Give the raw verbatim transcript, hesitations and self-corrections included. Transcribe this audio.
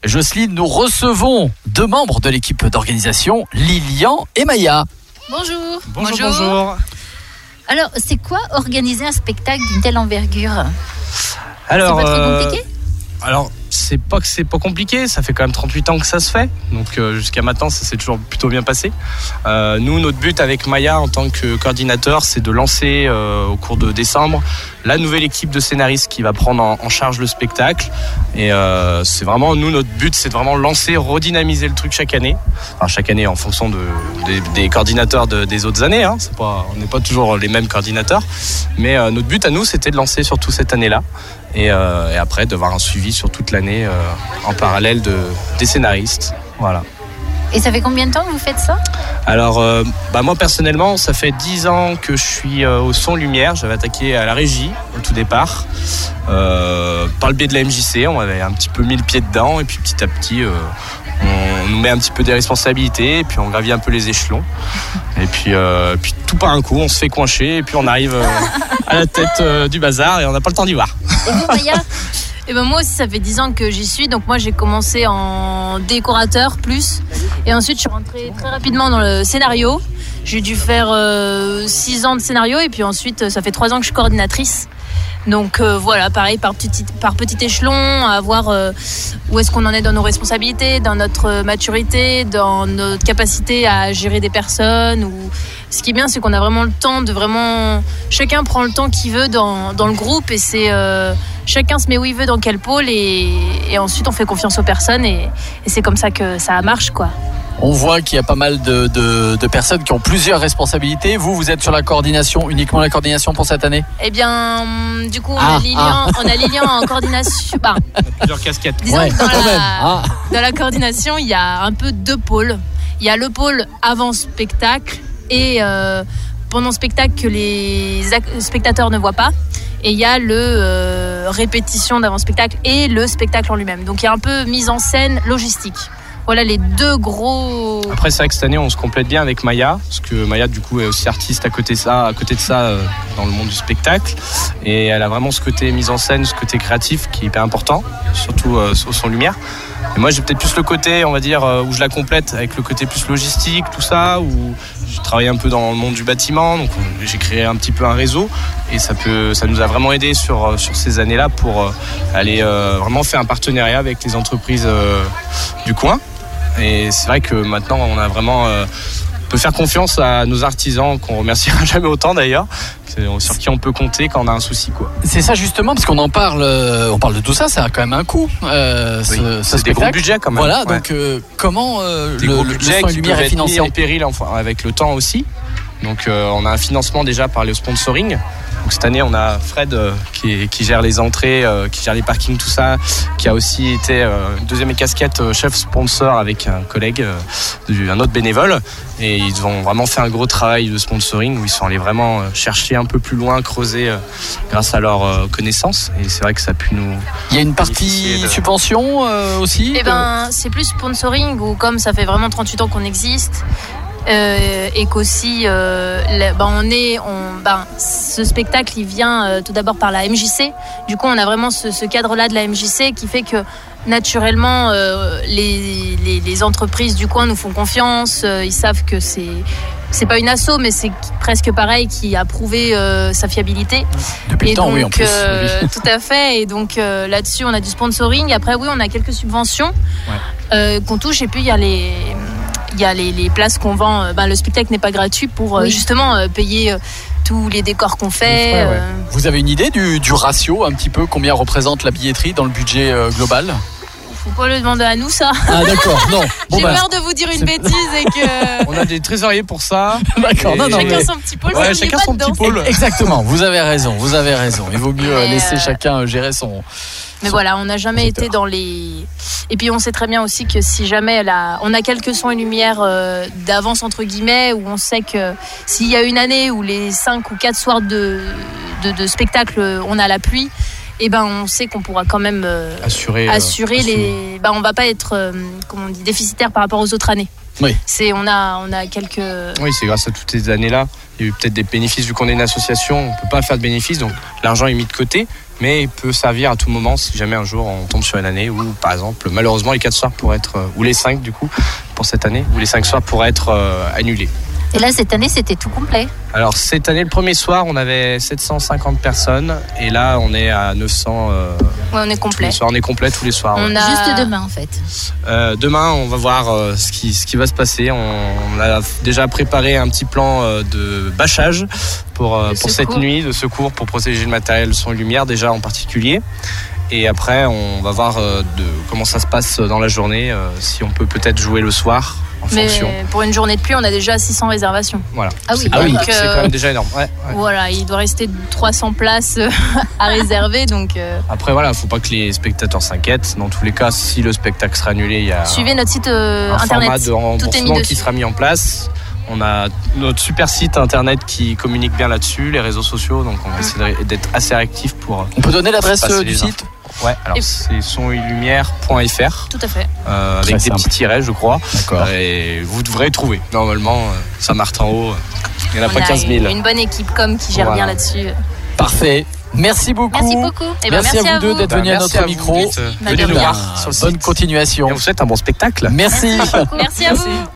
Jocelyne, nous recevons deux membres de l'équipe d'organisation, Lilian et Maya. Bonjour. Bonjour, bonjour. bonjour. Alors, c'est quoi organiser un spectacle d'une telle envergure ? Alors, c'est pas très compliqué ? euh, Alors, c'est pas que c'est pas compliqué, ça fait quand même trente-huit ans que ça se fait, donc euh, jusqu'à maintenant ça s'est toujours plutôt bien passé. Euh, nous, notre but avec Maya en tant que coordinateur, c'est de lancer euh, au cours de décembre la nouvelle équipe de scénaristes qui va prendre en, en charge le spectacle. Et euh, c'est vraiment, nous, notre but, c'est de vraiment lancer, redynamiser le truc chaque année. Enfin, chaque année en fonction de, de, des coordinateurs de, des autres années. Hein. C'est pas, on n'est pas toujours les mêmes coordinateurs. Mais euh, notre but à nous, c'était de lancer surtout cette année-là. Et, euh, et après, d'avoir un suivi sur toute l'année euh, en parallèle de, des scénaristes. Voilà. Et ça fait combien de temps que vous faites ça ? Alors, euh, bah moi personnellement, ça fait dix ans que je suis euh, au son lumière. J'avais attaqué à la régie au tout départ. Euh, par le biais de la M J C, on avait un petit peu mis le pied dedans. Et puis petit à petit, euh, on nous met un petit peu des responsabilités. Et puis on gravit un peu les échelons. Et puis, euh, puis tout par un coup, on se fait coincher. Et puis on arrive euh, à la tête euh, du bazar et on n'a pas le temps d'y voir. Et vous, Maya ? Et ben moi aussi ça fait dix ans que j'y suis, donc moi j'ai commencé en décorateur plus et ensuite je suis rentrée très rapidement dans le scénario. J'ai dû faire euh, six ans de scénario et puis ensuite ça fait trois ans que je suis coordinatrice. Donc euh, voilà, pareil par petit, par petit échelon, à voir euh, où est-ce qu'on en est dans nos responsabilités, dans notre maturité, dans notre capacité à gérer des personnes. Ou... Ce qui est bien, c'est qu'on a vraiment le temps de vraiment... Chacun prend le temps qu'il veut dans, dans le groupe et c'est... Euh, chacun se met où il veut, dans quel pôle et, et ensuite on fait confiance aux personnes et, et c'est comme ça que ça marche, quoi. On voit qu'il y a pas mal de, de, de personnes qui ont plusieurs responsabilités. Vous, vous êtes sur la coordination, uniquement la coordination pour cette année ? Eh bien, du coup, on, ah, a, Lilian, ah. on a Lilian en coordination. Bah, on a plusieurs casquettes. Disons ouais, que dans, la, ah. dans la coordination, il y a un peu deux pôles. Il y a le pôle avant spectacle et euh, pendant spectacle que les spectateurs ne voient pas. Et il y a le euh, répétition d'avant-spectacle et le spectacle en lui-même. Donc il y a un peu mise en scène logistique. Voilà les deux gros... Après c'est vrai que cette année on se complète bien avec Maya, parce que Maya du coup est aussi artiste à côté de ça, à côté de ça euh, dans le monde du spectacle. Et elle a vraiment ce côté mise en scène, ce côté créatif qui est hyper important, surtout euh, au son lumière. Et moi j'ai peut-être plus le côté, on va dire, euh, où je la complète avec le côté plus logistique, tout ça, où j'ai travaillé un peu dans le monde du bâtiment, donc j'ai créé un petit peu un réseau et ça, peut, ça nous a vraiment aidé sur, sur ces années-là pour euh, aller euh, vraiment faire un partenariat avec les entreprises euh, du coin. Et c'est vrai que maintenant on a vraiment euh, on peut faire confiance à nos artisans qu'on remerciera jamais autant d'ailleurs, sur qui on peut compter quand on a un souci, quoi. C'est ça justement, parce qu'on en parle, on parle de tout ça, ça a quand même un coût. Euh, oui, ce, ce c'est spectacle. Des gros budgets quand même. Voilà, ouais. donc euh, comment euh, des le, gros le budgets son et qui lumière peuvent est être financé mis en péril enfin, avec le temps aussi. Donc euh, on a un financement déjà par le sponsoring. Donc cette année on a Fred euh, qui, qui gère les entrées, euh, qui gère les parkings, tout ça, qui a aussi été euh, deuxième casquette euh, chef sponsor avec un collègue, euh, un autre bénévole. Et ils ont vraiment fait un gros travail de sponsoring où ils sont allés vraiment euh, chercher un peu plus loin, creuser euh, grâce à leurs euh, connaissances. Et c'est vrai que ça a pu nous... Il y a une partie de... subvention euh, aussi. Eh ben, c'est plus sponsoring où comme ça fait vraiment trente-huit ans qu'on existe. Euh, et qu'aussi euh, le, ben on est, on, ben, ce spectacle il vient euh, tout d'abord par la M J C. Du coup on a vraiment ce, ce cadre-là de la M J C qui fait que naturellement euh, les, les, les entreprises du coin nous font confiance. Euh, ils savent que c'est c'est pas une asso mais c'est presque pareil, qui a prouvé euh, sa fiabilité. Depuis et le temps, donc, oui, en plus. Euh, oui. Tout à fait. Et donc euh, là-dessus on a du sponsoring. Après oui on a quelques subventions ouais. euh, qu'on touche et puis il y a les Il y a les, les places qu'on vend. Ben, le spectacle n'est pas gratuit pour oui. justement euh, payer euh, tous les décors qu'on fait. Ouais, ouais. Euh... Vous avez une idée du, du ratio, un petit peu, combien représente la billetterie dans le budget euh, global ? Faut pas le demander à nous, ça. Ah d'accord, non. Bon, J'ai bah, peur de vous dire une c'est... bêtise et que... On a des trésoriers pour ça. D'accord, non, non. Chacun mais... son petit pôle. Ouais, chacun son petit pôle. Exactement, vous avez raison, vous avez raison. Il vaut mieux mais laisser euh... chacun gérer son... Mais voilà, on n'a jamais été dans les... Et puis on sait très bien aussi que si jamais elle a... on a quelques sons et lumières euh, d'avance entre guillemets, où on sait que s'il y a une année où les cinq ou quatre soirs de, de, de spectacle on a la pluie, et eh ben on sait qu'on pourra quand même euh, assurer, assurer euh, les... Ben, on va pas être euh, comment on dit, déficitaire par rapport aux autres années. Oui. C'est, on, a, on a quelques... Oui, c'est grâce à toutes ces années-là. Il y a eu peut-être des bénéfices, vu qu'on est une association, on ne peut pas faire de bénéfices, donc l'argent est mis de côté. mais il peut servir à tout moment si jamais un jour on tombe sur une année où, par exemple, malheureusement les quatre soirs pourraient être, ou les cinq du coup pour cette année, où les cinq soirs pourraient être euh, annulés. Et là, cette année, c'était tout complet. Alors cette année, le premier soir, on avait sept cent cinquante personnes et là, on est à neuf cents. Euh, ouais, on est complet. Soirs, on est complet tous les soirs. On ouais. a... Juste demain, en fait. Euh, demain, on va voir euh, ce, qui, ce qui va se passer. On, on a déjà préparé un petit plan euh, de bâchage pour, euh, pour cette nuit, de secours pour protéger le matériel son et lumière déjà en particulier. Et après, on va voir euh, de, comment ça se passe dans la journée, euh, si on peut peut-être jouer le soir. En Mais fonction. pour une journée de pluie, on a déjà six cents réservations. Voilà. Ah oui, c'est, ah quand, oui. même, Donc, c'est euh, quand même déjà énorme. Ouais, ouais. Voilà, il doit rester trois cents places à réserver. Donc, euh... Après, voilà, faut pas que les spectateurs s'inquiètent. Dans tous les cas, si le spectacle sera annulé, il y a suivez notre site euh, un internet. format de Tout est mis remboursement dessus. qui sera mis en place. On a notre super site internet qui communique bien là-dessus, les réseaux sociaux. Donc, on va essayer d'être assez réactifs pour. On peut donner l'adresse passer euh, du les site? Ouais, alors Et- c'est son et lumière point f r. Tout à fait. Euh, Très avec des simple. petits tirets, je crois. D'accord. Et vous devrez trouver. Normalement, euh, Saint-Martin-Haut, il n'y en a On pas quinze mille. Une bonne équipe com qui gère Voilà. bien là-dessus. Parfait. Merci beaucoup. Merci beaucoup. Eh ben, Merci, à vous deux d'être Bah, venus à merci notre vous micro. d'être, euh, Bah, venus de nous rien. voir sur le Bonne site. continuation. Et on vous souhaite un bon spectacle. Merci. Merci à vous.